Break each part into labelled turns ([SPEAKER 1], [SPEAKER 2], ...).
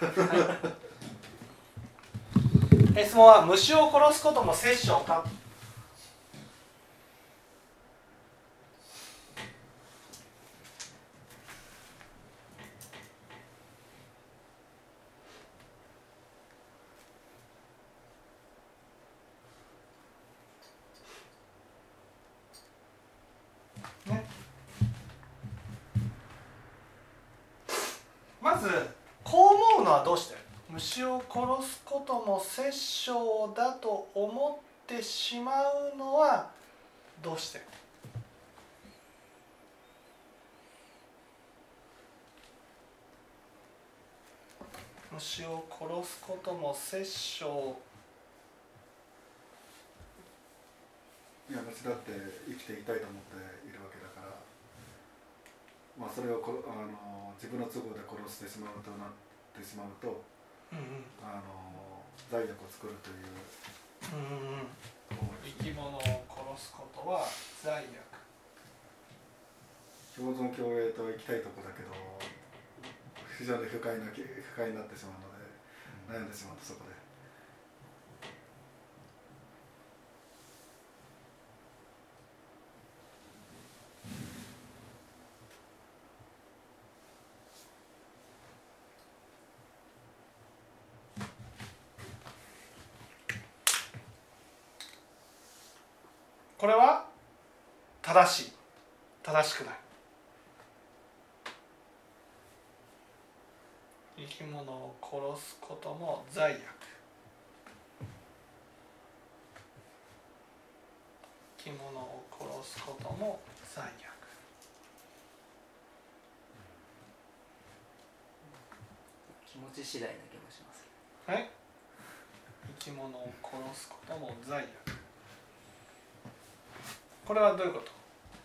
[SPEAKER 1] 質問は虫を殺すことも殺生か。まずこう思うのはどうして？虫を殺すことも殺生だと思ってしまうのはどうして？虫を殺すことも殺生。
[SPEAKER 2] いや、虫だって生きていたいと思っているわけだから、まあ、それを自分の都合で殺してしまうとなってしまうと、罪悪を作るという、
[SPEAKER 1] 生き物を殺すことは罪悪。
[SPEAKER 2] 共存共栄と行きたいところだけど非常に不快になってしまうので、悩んでしまうとそこで。
[SPEAKER 1] これは正しい、正しくない。生き物を殺すことも罪悪。生き物を殺すことも罪悪。
[SPEAKER 3] 気持ち次第な気もします。
[SPEAKER 1] はい。生き物を殺すことも罪悪。これはどういうこと？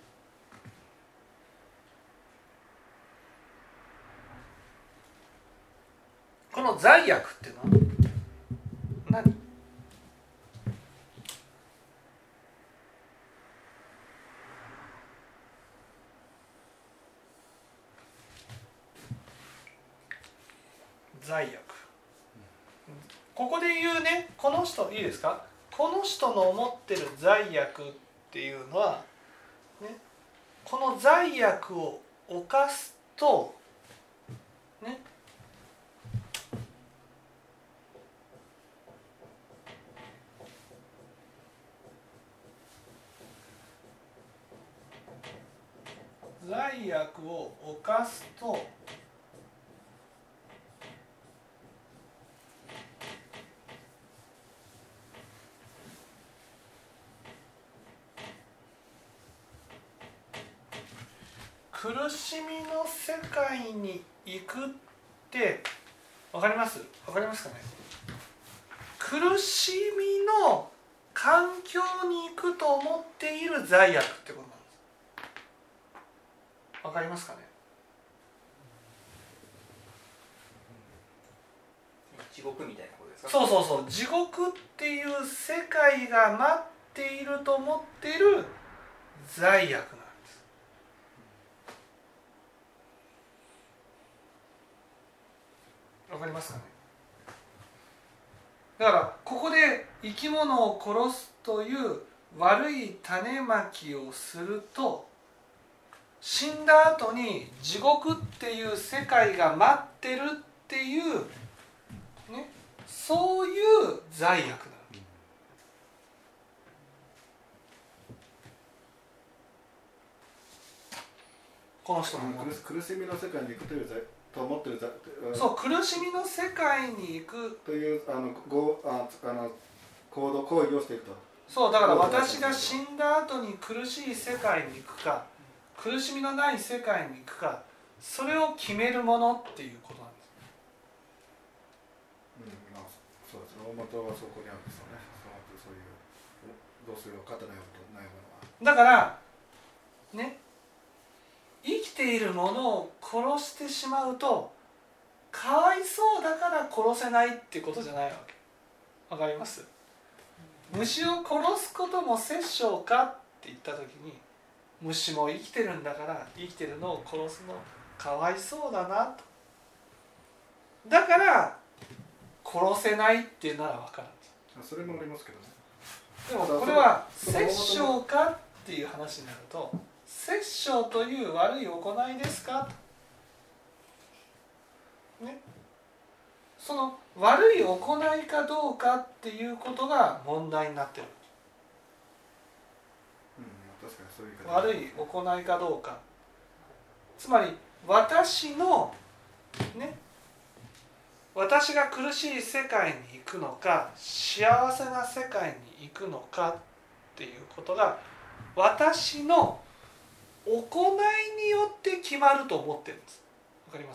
[SPEAKER 1] この罪悪っていうのは何？罪悪。ここで言うね、この人いいですか？この人の思ってる罪悪っていうのは、ね、この罪悪を犯すとね、罪悪を犯すと苦しみの世界に行くって分かります？分かりますかね？苦しみの環境に行くと思っている罪悪ってことなんです。分かりますかね？
[SPEAKER 3] 地獄みたいなことですか？
[SPEAKER 1] そうそうそう、地獄っていう世界が待っていると思っている罪悪なんです。わかりますかね？だからここで生き物を殺すという悪い種まきをすると、死んだ後に地獄っていう世界が待ってるっていう、ね、そういう罪悪なの。この人の
[SPEAKER 2] 苦しみの世界に行くというと思ってる
[SPEAKER 1] そう、苦しみの世界に行く
[SPEAKER 2] という行為をしていると。
[SPEAKER 1] そうだから、私が死んだ後に苦しい世界に行くか苦しみのない世界に行くか、それを決めるものっていうことなんです。
[SPEAKER 2] そうですね、大元はそこにあるんですよね。そういうどうするかと悩むのは。
[SPEAKER 1] だからね、生きているものを殺してしまうとかわいそうだから殺せないっていうことじゃないわけ。わかります？虫を殺すことも殺生かって言った時に、虫も生きてるんだから生きてるのを殺すのかわいそうだなと。 だから殺せないっていうなら分かるんです。
[SPEAKER 2] それもありますけどね。
[SPEAKER 1] でもこれは殺生かっていう話になると、殺生という悪い行いですかと、ね、その悪い行いかどうかっていうことが問題になってる。
[SPEAKER 2] 確かにそういう言い方。
[SPEAKER 1] 悪い行いかどうか、つまり私のね、私が苦しい世界に行くのか幸せな世界に行くのかっていうことが私の行いによって決まると思ってるんです。わかります？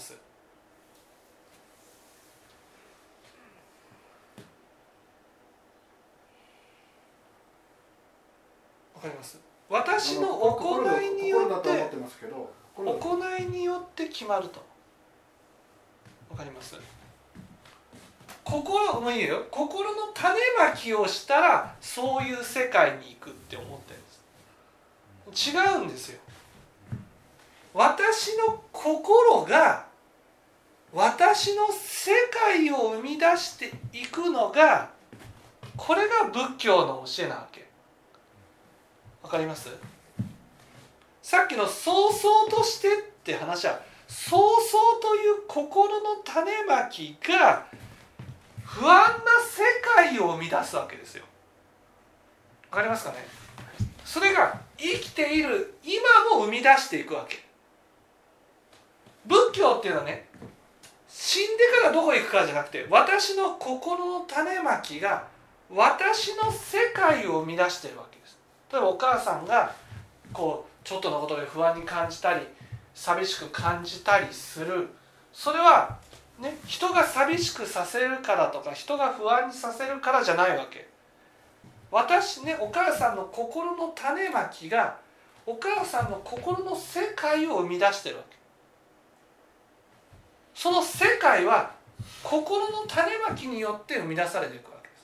[SPEAKER 1] わかります？私の行いによって行いによって決まると。わかります？心もいいよ。心の種まきをしたらそういう世界に行くって思ってるんです。違うんですよ。私の心が私の世界を生み出していくのが、これが仏教の教えなわけ。わかります？さっきの早々としてって話は、早々という心の種まきが不安な世界を生み出すわけですよ。わかりますかね？それが生きている今も生み出していくわけ。仏教っていうのはね、死んでからどこ行くかじゃなくて、私の心の種まきが私の世界を生み出しているわけです。例えばお母さんがこうちょっとのことで不安に感じたり寂しく感じたりする、それはね、人が寂しくさせるからとか人が不安にさせるからじゃないわけ。私ね、お母さんの心の種まきがお母さんの心の世界を生み出してるわけ。その世界は心の種まきによって生み出されていくわけです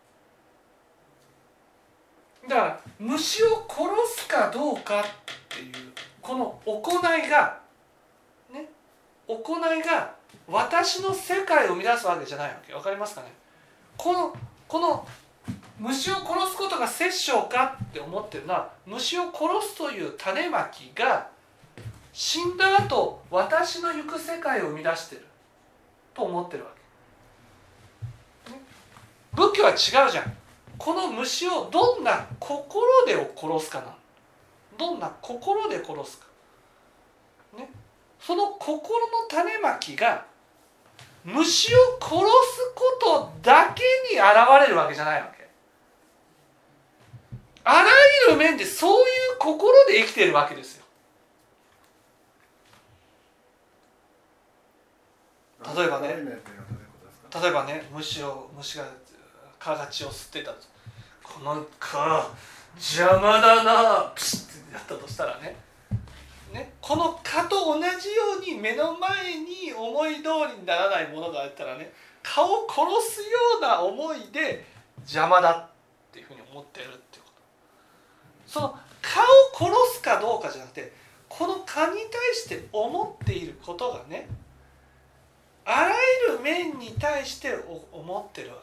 [SPEAKER 1] 。だから虫を殺すかどうかっていうこの行いがね、行いが私の世界を生み出すわけじゃないわけ。わかりますかね？この虫を殺すことが殺生かって思ってるのは、虫を殺すという種まきが死んだ後私の行く世界を生み出してると思ってるわけ、ね、仏教は違うじゃん。この虫をどんな心で殺すかな、どんな心で殺すか、ね、その心の種まきが虫を殺すことだけに現れるわけじゃないわけ。あらゆる面でそういう心で生きているわけですよ。例えばね、虫が蚊が血を吸っていたと、この蚊邪魔だなピシッてやったとしたらね、この蚊と同じように目の前に思い通りにならないものがあったらね、蚊を殺すような思いで邪魔だっていうふうに思ってるっていうこと。その蚊を殺すかどうかじゃなくて、この蚊に対して思っていることがね、あらゆる面に対して思ってるわ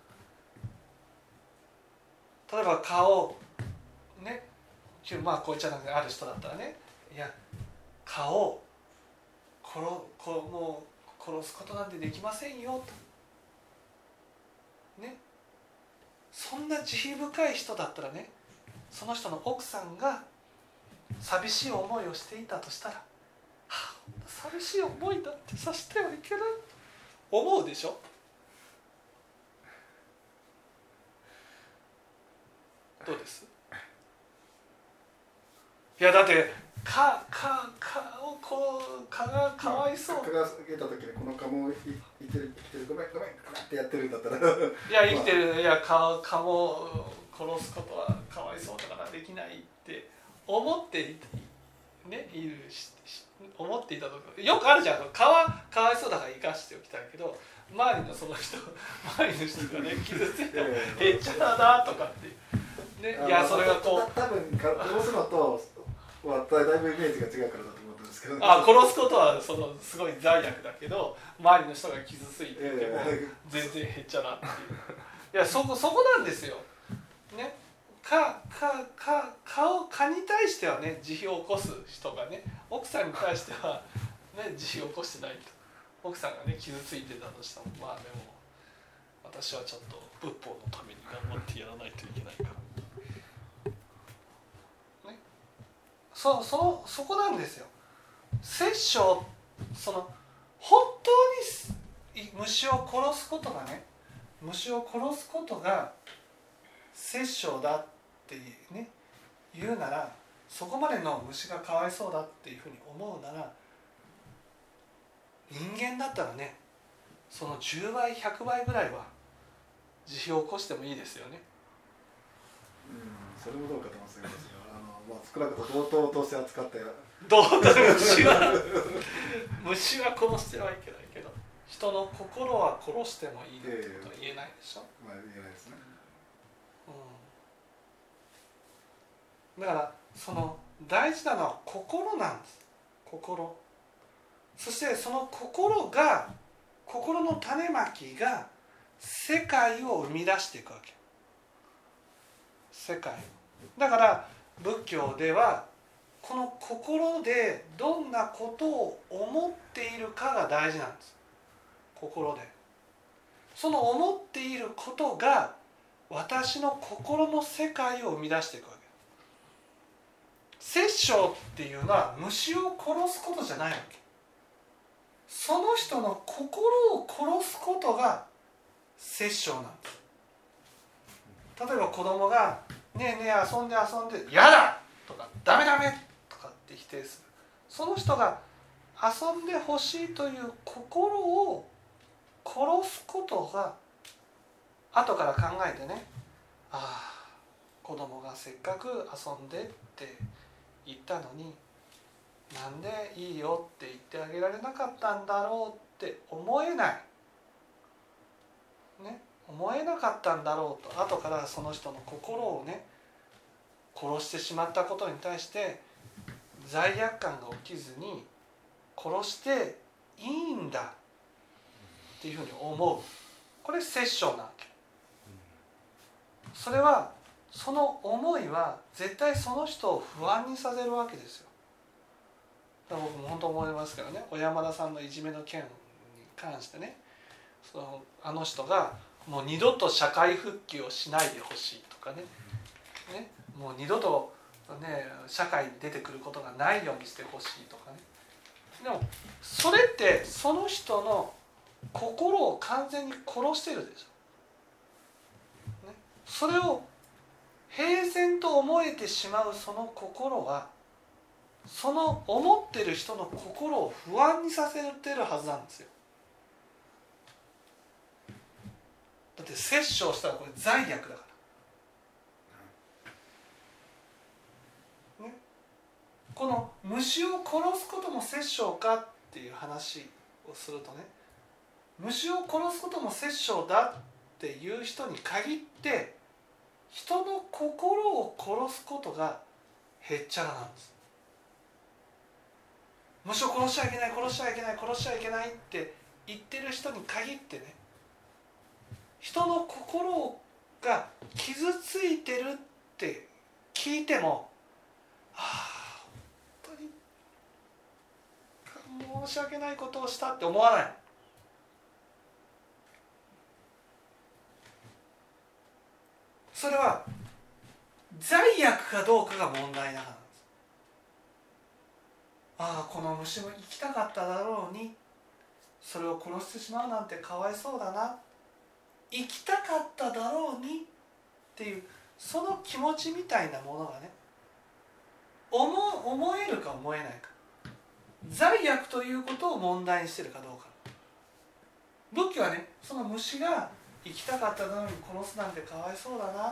[SPEAKER 1] け。例えば蚊をね、まあこう言っちゃなんかある人だったらね、いや蚊をもう殺すことなんてできませんよとね、そんな慈悲深い人だったらね、その人の奥さんが寂しい思いをしていたとしたら、はあ、寂しい思いだってさせてはいけない思うでしょ。どうです？いやだって蚊がかわいそう。
[SPEAKER 2] 蚊が出た時にこの蚊も生きてるごめんってやってるんだったらい
[SPEAKER 1] や生きてる、いや蚊も殺すことはかわいそうだからできないって思って思っていたところよくあるじゃん。蚊はかわいそうだから生かしておきたいけど、周りのその人周りの人がね傷ついたらへっちゃだなとかってね、いやそれがこう
[SPEAKER 2] 多分殺すのとはだいぶイメージが違うからだと思うんですですけど、
[SPEAKER 1] 殺すことはそのすごい罪悪だけど、周りの人が傷ついていても全然へっちゃらっていういやそこなんですよね。蚊に対してはね慈悲を起こす人がね、奥さんに対しては、ね、慈悲を起こしてないと、奥さんがね傷ついてたとしても、まあでも私はちょっと仏法のために頑張ってやらないといけないからね。そこなんですよ。殺生、その本当に虫を殺すことがね、虫を殺すことが殺生だってね言うなら、そこまでの虫がかわいそうだっていうふうに思うなら、人間だったらねその10倍100倍ぐらいは慈悲を起こしてもいいですよね。
[SPEAKER 2] それもどうかと思いますよ。少なくとも同等として扱って
[SPEAKER 1] 虫は殺してはいけないけど、人の心は殺してもいいってことは言えないでしょ。
[SPEAKER 2] まあ言えないですね。
[SPEAKER 1] だからその大事なのは心なんです。心。そしてその心の種まきが世界を生み出していくわけ。世界を。だから仏教ではこの心でどんなことを思っているかが大事なんです。心で。その思っていることが私の心の世界を生み出していくわけ。殺生っていうのは虫を殺すことじゃないわけ。その人の心を殺すことが殺生なんです。例えば子供がねえねえ遊んでやだとかダメとかって否定する。その人が遊んでほしいという心を殺すことが、後から考えてね、子供がせっかく遊んでって言ったのに、なんでいいよって言ってあげられなかったんだろうって思えないね、思えなかったんだろうと、後からその人の心をね殺してしまったことに対して罪悪感が起きずに、殺していいんだっていうふうに思う。これ殺生なわけ。それはその思いは絶対その人を不安にさせるわけですよ。僕も本当思いますけどね、小山田さんのいじめの件に関してね、あの人がもう二度と社会復帰をしないでほしいとかね、もう二度と、社会に出てくることがないようにしてほしいとかね。でもそれってその人の心を完全に殺してるでしょ、それを平然と思えてしまうその心は、その思ってる人の心を不安にさせてるはずなんですよ。だって殺生したらこれ罪悪だから、この虫を殺すことも殺生かっていう話をするとね、虫を殺すことも殺生だっていう人に限って人の心を殺すことがへっちゃらなんです。虫を殺しちゃいけないって言ってる人に限ってね、人の心が傷ついてるって聞いても、本当に申し訳ないことをしたって思わない。それは罪悪かどうかが問題だからなんです。この虫も生きたかっただろうに、それを殺してしまうなんてかわいそうだな、生きたかっただろうにっていうその気持ちみたいなものがね、思えるか思えないか、罪悪ということを問題にしてるかどうか。仏教はね、その虫が生きたかったのに殺すなんてかわいそうだな、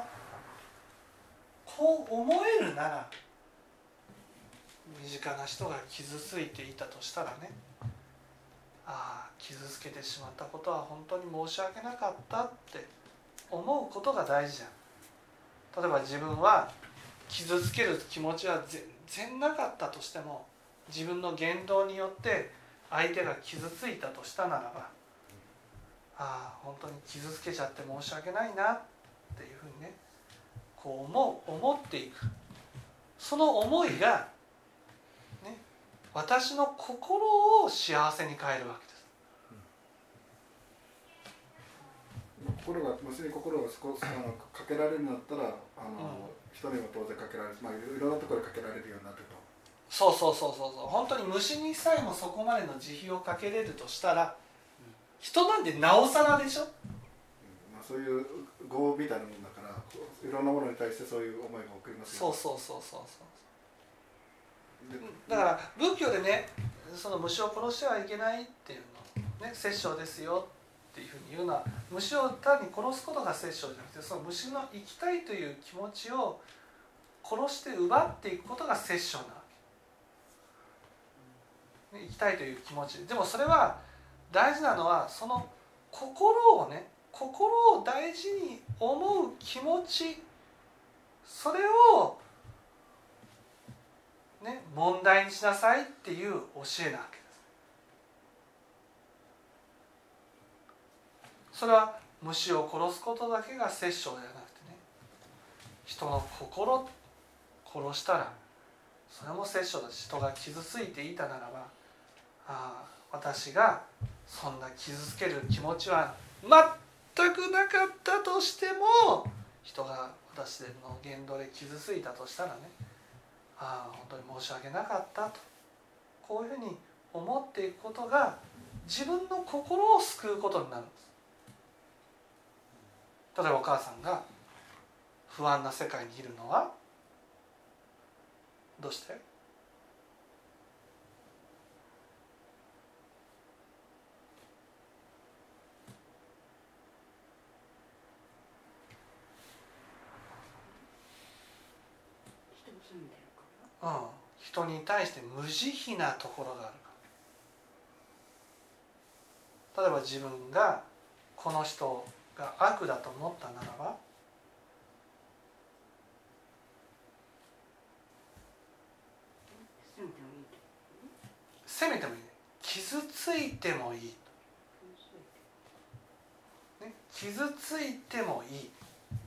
[SPEAKER 1] こう思えるなら、身近な人が傷ついていたとしたらね、傷つけてしまったことは本当に申し訳なかったって思うことが大事じゃん。例えば自分は傷つける気持ちは全然なかったとしても、 自分の言動によって相手が傷ついたとしたならば、ああ本当に傷つけちゃって申し訳ないなっていうふうにね、こう思っていく。その思いが、ね、私の心を幸せに変えるわけです。
[SPEAKER 2] 虫に心をかけられるんだったら人にも当然かけられる、いろんなところでかけられるようになってると。
[SPEAKER 1] そう本当に虫にさえもそこまでの慈悲をかけれるとしたら、人なんてなおさらでしょ。
[SPEAKER 2] そういう業みたいなもんだから、いろんなものに対してそういう思いが起こりますよね。
[SPEAKER 1] だから仏教でね、その虫を殺してはいけないっていうのね、殺生ですよっていうふうに言うのは、虫を単に殺すことが殺生じゃなくて、その虫の生きたいという気持ちを殺して奪っていくことが殺生なわけ。生きたいという気持ちでも、それは大事なのはその心を大事に思う気持ち、それをね、問題にしなさいっていう教えなわけです。それは虫を殺すことだけが殺生ではなくてね、人の心を殺したらそれも殺生だし、人が傷ついていたならば、私がそんな傷つける気持ちは全くなかったとしても、人が私の言動で傷ついたとしたらね、本当に申し訳なかったと、こういうふうに思っていくことが自分の心を救うことになるんです。例えばお母さんが不安な世界にいるのはどうして？人に対して無慈悲なところがあるから。例えば自分がこの人が悪だと思ったならば、責めてもいい、傷ついてもいい、ね、傷ついてもいい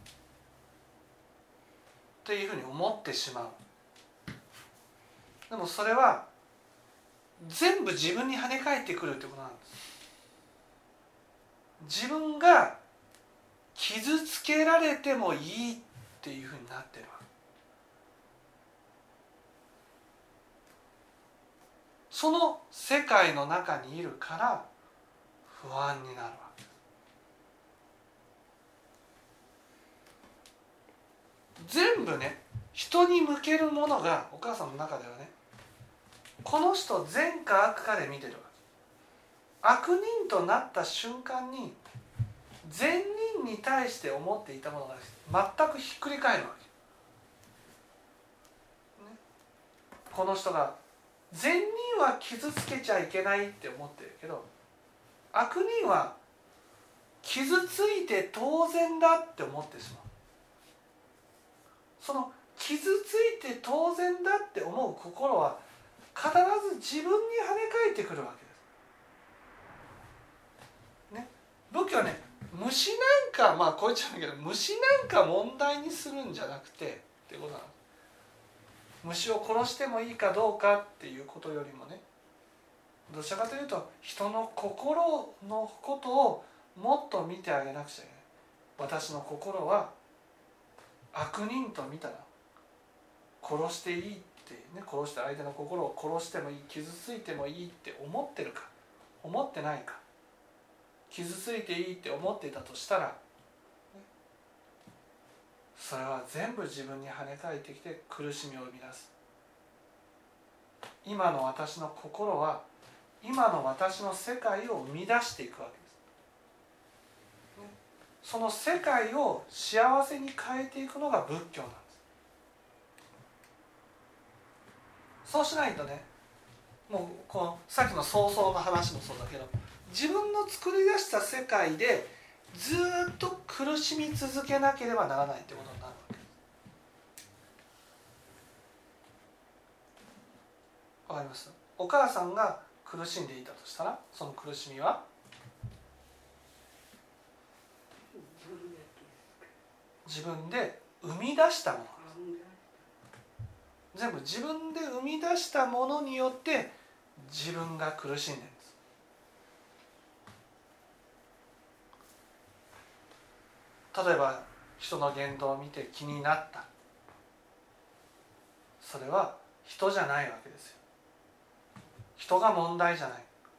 [SPEAKER 1] というふうに思ってしまう。でもそれは全部自分に跳ね返ってくるということなんです。自分が傷つけられてもいいっていうふうになってるわけ。その世界の中にいるから不安になるわけ。全部ね、人に向けるものがお母さんの中ではね、この人善か悪かで見てるわけ。悪人となった瞬間に善人に対して思っていたものが全くひっくり返るわけ、ね、この人が善人は傷つけちゃいけないって思ってるけど、悪人は傷ついて当然だって思ってしまう。その傷ついて当然だって思う心は必ず自分に跳ね返ってくるわけです、ね、仏教はね、虫なんかこう言っちゃうんだけど、虫なんか問題にするんじゃなくてっていうことなの。虫を殺してもいいかどうかっていうことよりもね、どちらかというと人の心のことをもっと見てあげなくちゃいけない。私の心は悪人と見たら殺していいってね、殺して相手の心を殺してもいい、傷ついてもいいって思ってるか思ってないか。傷ついていいって思っていたとしたら、それは全部自分に跳ね返ってきて苦しみを生み出す。今の私の心は今の私の世界を生み出していくわけです。その世界を幸せに変えていくのが仏教なんです。そうしないとね、もうこのさっきの創造の話もそうだけど、自分の作り出した世界でずっと苦しみ続けなければならないってことになるわけです。わかります？ お母さんが苦しんでいたとしたら、その苦しみは自分で生み出したもの。全部自分で生み出したものによって自分が苦しんでるんです。例えば人の言動を見て気になった、それは人じゃないわけですよ。人が問題じゃない。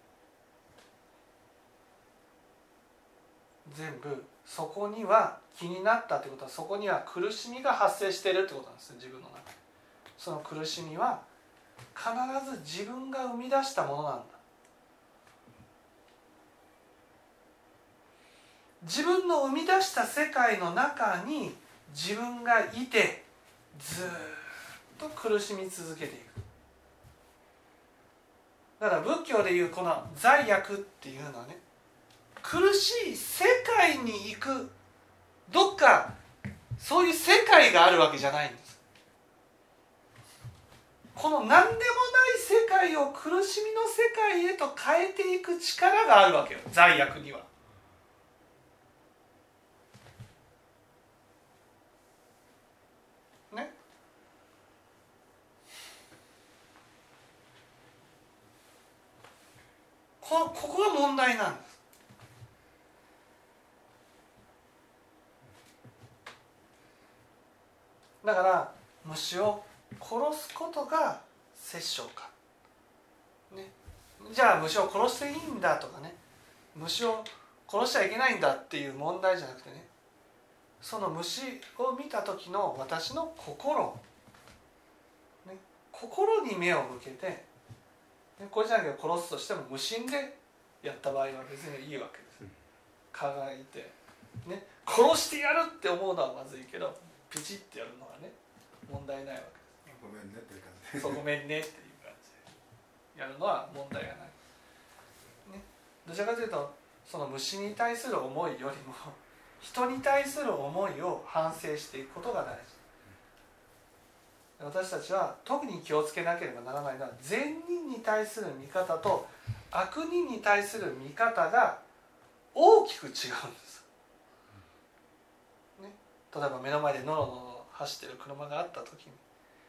[SPEAKER 1] 全部そこには、気になったということはそこには苦しみが発生しているということなんですね、自分の中で。その苦しみは必ず自分が生み出したものなんだ。自分の生み出した世界の中に自分がいて、ずっと苦しみ続けていく。だから仏教でいうこの罪悪っていうのはね、苦しい世界に行く、どっかそういう世界があるわけじゃないんです。この何でもない世界を苦しみの世界へと変えていく力があるわけよ、罪悪には。ね。ここが問題なんです。だから虫を殺すことが殺生か、ね、じゃあ虫を殺していいんだとかね、虫を殺しちゃいけないんだっていう問題じゃなくてね、その虫を見た時の私の心、ね、心に目を向けて、ね、これじゃなきゃ殺すとしても無心でやった場合は別にいいわけです。蚊がいて、ね、殺してやるって思うのはまずいけど、ピチッてやるのはね問題ないわけです。
[SPEAKER 2] ごめんねっていう感じで。
[SPEAKER 1] そう、ごめんねっていう感じでやるのは問題がない、ね、どちらかというとその虫に対する思いよりも人に対する思いを反省していくことが大事。私たちは特に気をつけなければならないのは、善人に対する見方と悪人に対する見方が大きく違うんです、ね、例えば目の前でノロノロ走ってる車があった時に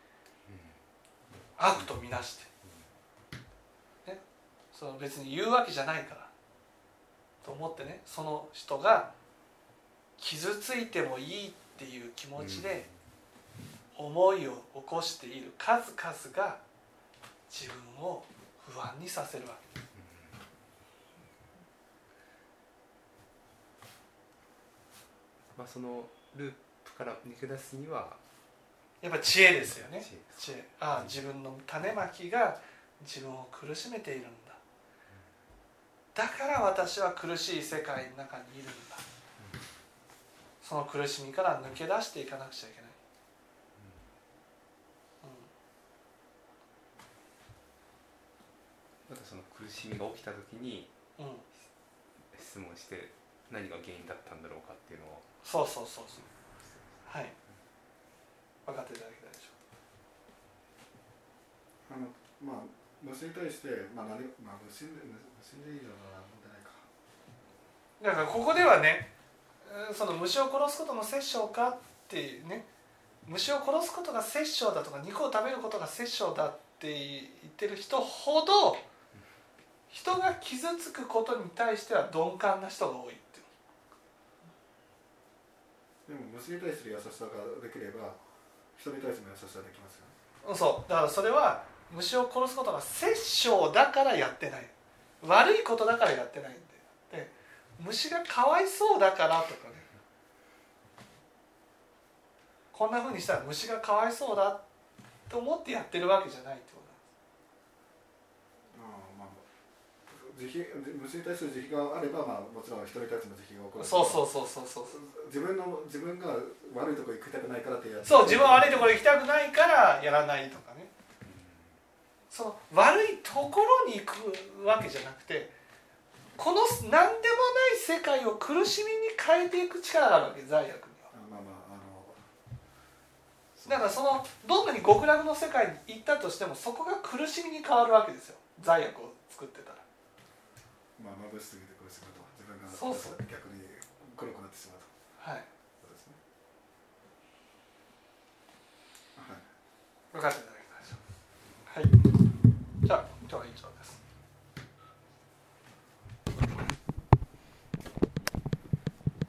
[SPEAKER 1] 悪とみなして、ね、その別に言うわけじゃないからと思ってね、その人が傷ついてもいいっていう気持ちで思いを起こしている数々が自分を不安にさせるわけです。
[SPEAKER 4] そのループから抜け出すには
[SPEAKER 1] やっぱ知恵ですよね。知恵。自分の種まきが自分を苦しめているんだ。だから私は苦しい世界の中にいるんだ。その苦しみから抜け出していかなくちゃいけない。
[SPEAKER 4] またその苦しみが起きた時に質問して何が原因だったんだろうかっていうのを。
[SPEAKER 1] そう。はい。分かっていただけたでしょ
[SPEAKER 2] う。虫に対して、虫でいいのは問題ないか。
[SPEAKER 1] だからここではね、その虫を殺すことも殺生かっていうね、虫を殺すことが殺生だとか肉を食べることが殺生だって言ってる人ほど、人が傷つくことに対しては鈍感な人が多いっていう。
[SPEAKER 2] でも虫に対する優しさができれば人に対しても優しさができますよね。
[SPEAKER 1] そうだからそれは虫を殺すことが殺生だからやってない、悪いことだからやってないんだよ。で虫がかわいそうだからとかね、こんな風にしたら虫がかわいそうだと思ってやってるわけじゃないってこと
[SPEAKER 2] 虫に対する慈悲があれば、もちろん人に対しての慈悲が起こる。
[SPEAKER 1] そう
[SPEAKER 2] 自分が悪いところ行きたくないからってやる。
[SPEAKER 1] そう、自分は悪いところ行きたくないからやらないとかね、その悪いところに行くわけじゃなくて、この何でもない世界を苦しみに変えていく力があるわけ、罪悪には。 だからそのどんなに極楽の世界に行ったとしてもそこが苦しみに変わるわけですよ、罪悪を作ってたら。
[SPEAKER 2] まあ眩しすぎて苦しむと、自分が
[SPEAKER 1] そうそう
[SPEAKER 2] 逆に黒くなってしまうと。
[SPEAKER 1] はい、
[SPEAKER 2] そうですね。はい。
[SPEAKER 1] 分かってた。